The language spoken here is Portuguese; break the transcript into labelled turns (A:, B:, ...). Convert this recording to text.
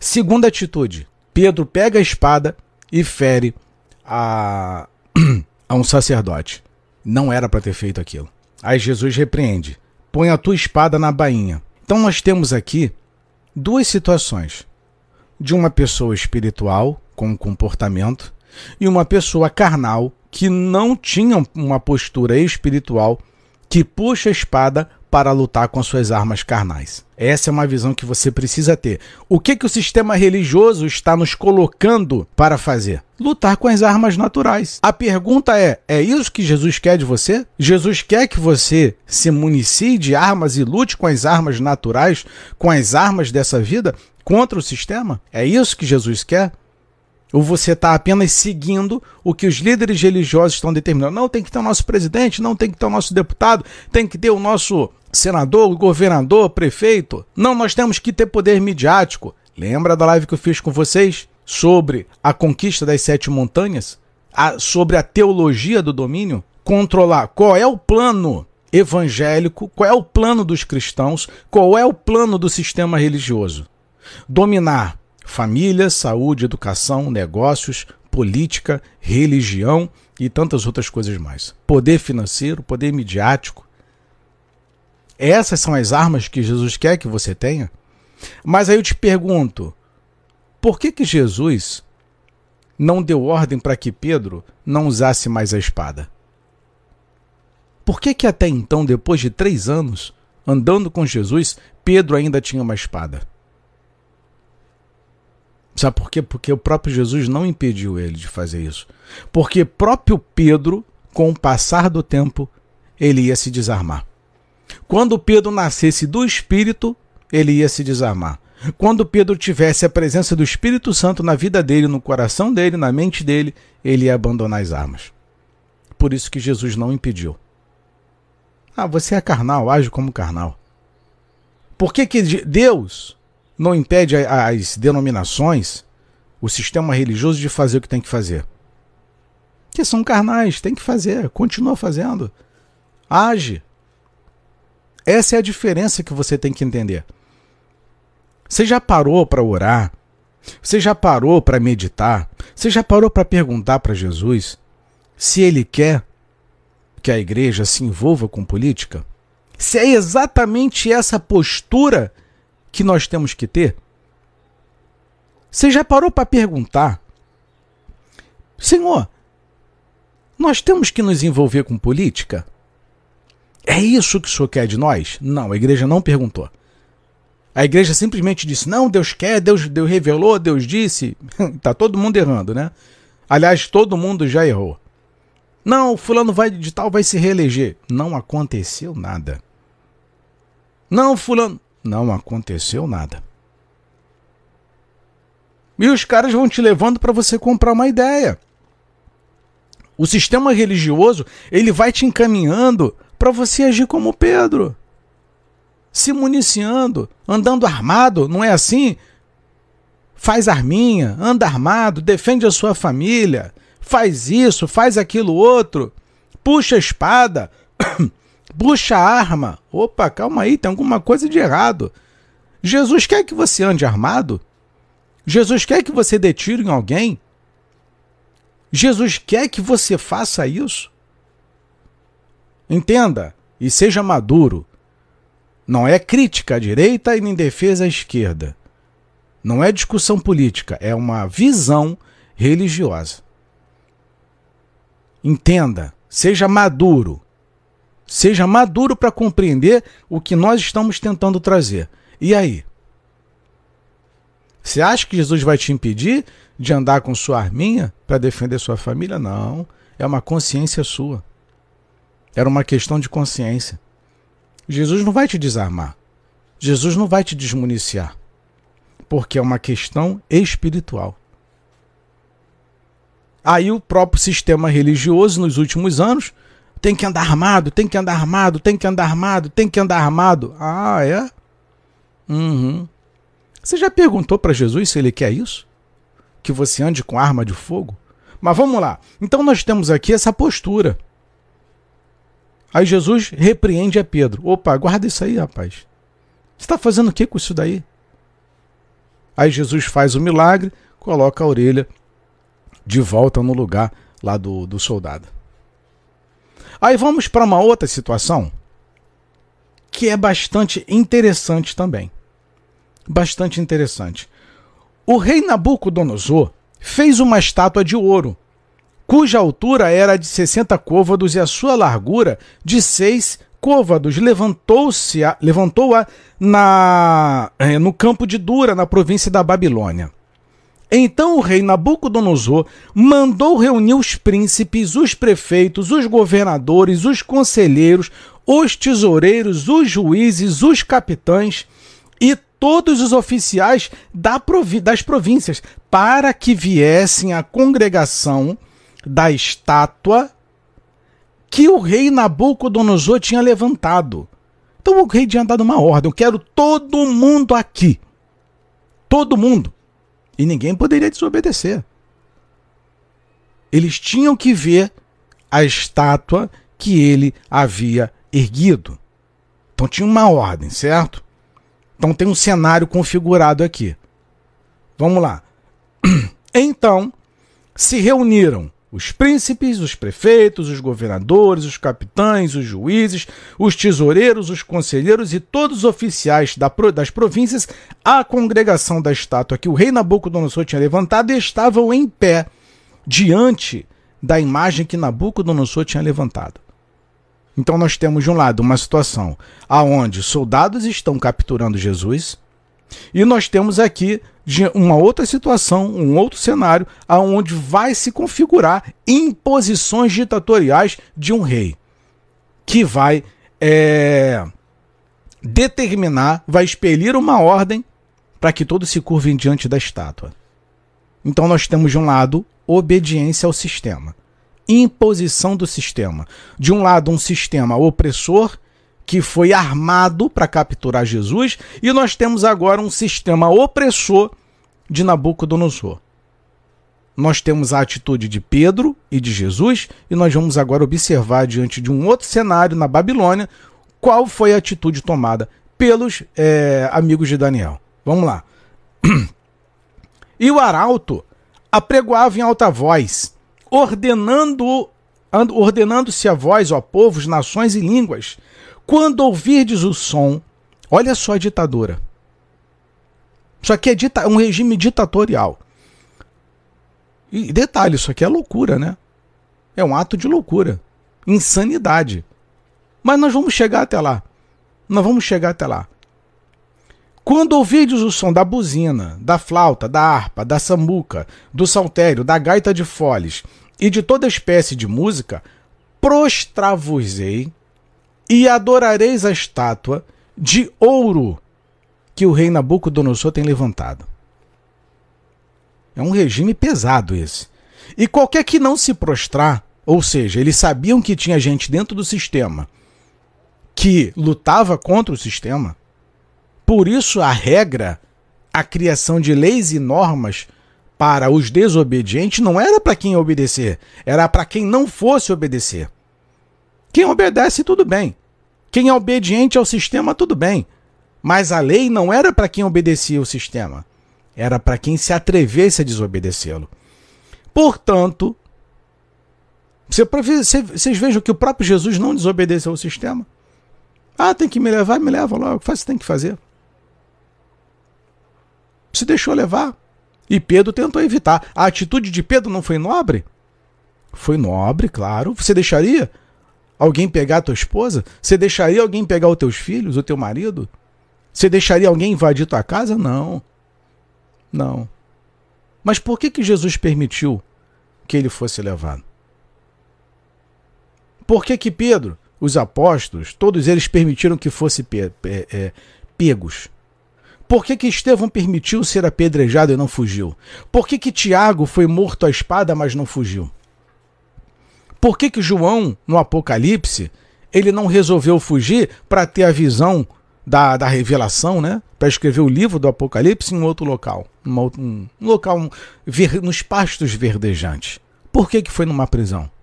A: Segunda atitude, Pedro pega a espada e fere a um sacerdote. Não era para ter feito aquilo. Aí Jesus repreende: põe a tua espada na bainha. Então nós temos aqui duas situações. De uma pessoa espiritual, com comportamento, e uma pessoa carnal, que não tinha uma postura espiritual, que puxa a espada para lutar com as suas armas carnais. Essa é uma visão que você precisa ter. O que o sistema religioso está nos colocando para fazer? Lutar com as armas naturais. A pergunta é isso que Jesus quer de você? Jesus quer que você se municie de armas e lute com as armas naturais, com as armas dessa vida, contra o sistema? É isso que Jesus quer? Ou você está apenas seguindo o que os líderes religiosos estão determinando? Não, tem que ter o nosso presidente, não tem que ter o nosso deputado, tem que ter o nosso senador, governador, prefeito. Não, nós temos que ter poder midiático. Lembra da live que eu fiz com vocês sobre a conquista das 7 montanhas? Sobre a teologia do domínio? Controlar. Qual é o plano evangélico? Qual é o plano dos cristãos? Qual é o plano do sistema religioso? Dominar família, saúde, educação, negócios, política, religião e tantas outras coisas mais. Poder financeiro, poder midiático. Essas são as armas que Jesus quer que você tenha. Mas aí eu te pergunto, por que Jesus não deu ordem para que Pedro não usasse mais a espada? Por que até então, depois de 3 anos, andando com Jesus, Pedro ainda tinha uma espada? Sabe por quê? Porque o próprio Jesus não impediu ele de fazer isso. Porque próprio Pedro, com o passar do tempo, ele ia se desarmar. Quando Pedro nascesse do Espírito, ele ia se desarmar. Quando Pedro tivesse a presença do Espírito Santo na vida dele, no coração dele, na mente dele, ele ia abandonar as armas. Por isso que Jesus não impediu. Você é carnal, age como carnal. Por que Deus não impede as denominações, o sistema religioso, de fazer o que tem que fazer? Que são carnais, tem que fazer, continua fazendo. Age. Essa é a diferença que você tem que entender. Você já parou para orar? Você já parou para meditar? Você já parou para perguntar para Jesus se ele quer que a igreja se envolva com política? Se é exatamente essa postura que nós temos que ter? Você já parou para perguntar: Senhor, nós temos que nos envolver com política? É isso que o Senhor quer de nós? Não, a igreja não perguntou. A igreja simplesmente disse: não, Deus quer, Deus revelou, Deus disse. Está todo mundo errando, né? Aliás, todo mundo já errou. Não, fulano de tal vai se reeleger. Não aconteceu nada. Não, fulano... Não aconteceu nada. E os caras vão te levando para você comprar uma ideia. O sistema religioso, ele vai te encaminhando para você agir como Pedro. Se municiando, andando armado, não é assim? Faz arminha, anda armado, defende a sua família, faz isso, faz aquilo outro, puxa a espada, puxa a arma. Opa, calma aí, tem alguma coisa de errado. Jesus quer que você ande armado? Jesus quer que você dê tiro em alguém? Jesus quer que você faça isso? Entenda e seja maduro. Não é crítica à direita e nem defesa à esquerda. Não é discussão política, é uma visão religiosa. Entenda, seja maduro. Seja maduro para compreender o que nós estamos tentando trazer. E aí? Você acha que Jesus vai te impedir de andar com sua arminha para defender sua família? Não, é uma consciência sua. Era uma questão de consciência. Jesus não vai te desarmar. Jesus não vai te desmuniciar. Porque é uma questão espiritual. Aí o próprio sistema religioso, nos últimos anos, tem que andar armado, tem que andar armado, tem que andar armado, tem que andar armado. Ah, é? Você já perguntou para Jesus se ele quer isso? Que você ande com arma de fogo? Mas vamos lá. Então nós temos aqui essa postura. Aí Jesus repreende a Pedro. Opa, guarda isso aí, rapaz. Você está fazendo o que com isso daí? Aí Jesus faz o milagre, coloca a orelha de volta no lugar lá do soldado. Aí vamos para uma outra situação que é bastante interessante também. Bastante interessante. O rei Nabucodonosor fez uma estátua de ouro, cuja altura era de 60 côvados e a sua largura de 6 côvados. Levantou-a no campo de Dura, na província da Babilônia. Então o rei Nabucodonosor mandou reunir os príncipes, os prefeitos, os governadores, os conselheiros, os tesoureiros, os juízes, os capitães e todos os oficiais das províncias, para que viessem à congregação da estátua que o rei Nabucodonosor tinha levantado. Então o rei tinha dado uma ordem: eu quero todo mundo aqui. Todo mundo. E ninguém poderia desobedecer. Eles tinham que ver a estátua que ele havia erguido. Então tinha uma ordem, certo? Então tem um cenário configurado aqui. Vamos lá. Então se reuniram os príncipes, os prefeitos, os governadores, os capitães, os juízes, os tesoureiros, os conselheiros e todos os oficiais das províncias à congregação da estátua que o rei Nabucodonosor tinha levantado e estavam em pé diante da imagem que Nabucodonosor tinha levantado. Então nós temos de um lado uma situação onde soldados estão capturando Jesus, e nós temos aqui uma outra situação, um outro cenário, onde vai se configurar imposições ditatoriais de um rei, que vai determinar, vai expelir uma ordem para que todos se curvem diante da estátua. Então nós temos de um lado obediência ao sistema, imposição do sistema. De um lado um sistema opressor, que foi armado para capturar Jesus, e nós temos agora um sistema opressor de Nabucodonosor. Nós temos a atitude de Pedro e de Jesus, e nós vamos agora observar diante de um outro cenário na Babilônia qual foi a atitude tomada pelos amigos de Daniel. Vamos lá. E o arauto apregoava em alta voz, ordenando-se a vós, ó povos, nações e línguas, quando ouvirdes o som. Olha só a ditadura. Isso aqui é um regime ditatorial. E detalhe, isso aqui é loucura, né? É um ato de loucura. Insanidade. Mas nós vamos chegar até lá. Nós vamos chegar até lá. Quando ouvirdes o som da buzina, da flauta, da harpa, da sambuca, do saltério, da gaita de foles e de toda espécie de música, prostrar-vos-ei e adorareis a estátua de ouro que o rei Nabucodonosor tem levantado. É um regime pesado esse. E qualquer que não se prostrar, ou seja, eles sabiam que tinha gente dentro do sistema que lutava contra o sistema, por isso a regra, a criação de leis e normas para os desobedientes não era para quem obedecer, era para quem não fosse obedecer. Quem obedece, tudo bem. Quem é obediente ao sistema, tudo bem. Mas a lei não era para quem obedecia o sistema. Era para quem se atrevesse a desobedecê-lo. Portanto, vocês vejam que o próprio Jesus não desobedeceu ao sistema. Tem que me levar, me leva logo. Faz o que tem que fazer. Se deixou levar. E Pedro tentou evitar. A atitude de Pedro não foi nobre? Foi nobre, claro. Você deixaria alguém pegar a tua esposa? Você deixaria alguém pegar os teus filhos, o teu marido? Você deixaria alguém invadir tua casa? Não. Não. Mas por que Jesus permitiu que ele fosse levado? Por que Pedro, os apóstolos, todos eles permitiram que fossem pegos? Por que Estevão permitiu ser apedrejado e não fugiu? Por que Tiago foi morto à espada, mas não fugiu? Por que João, no Apocalipse, ele não resolveu fugir para ter a visão da revelação, né? Para escrever o livro do Apocalipse em outro local? Um local nos pastos verdejantes. Por que foi numa prisão?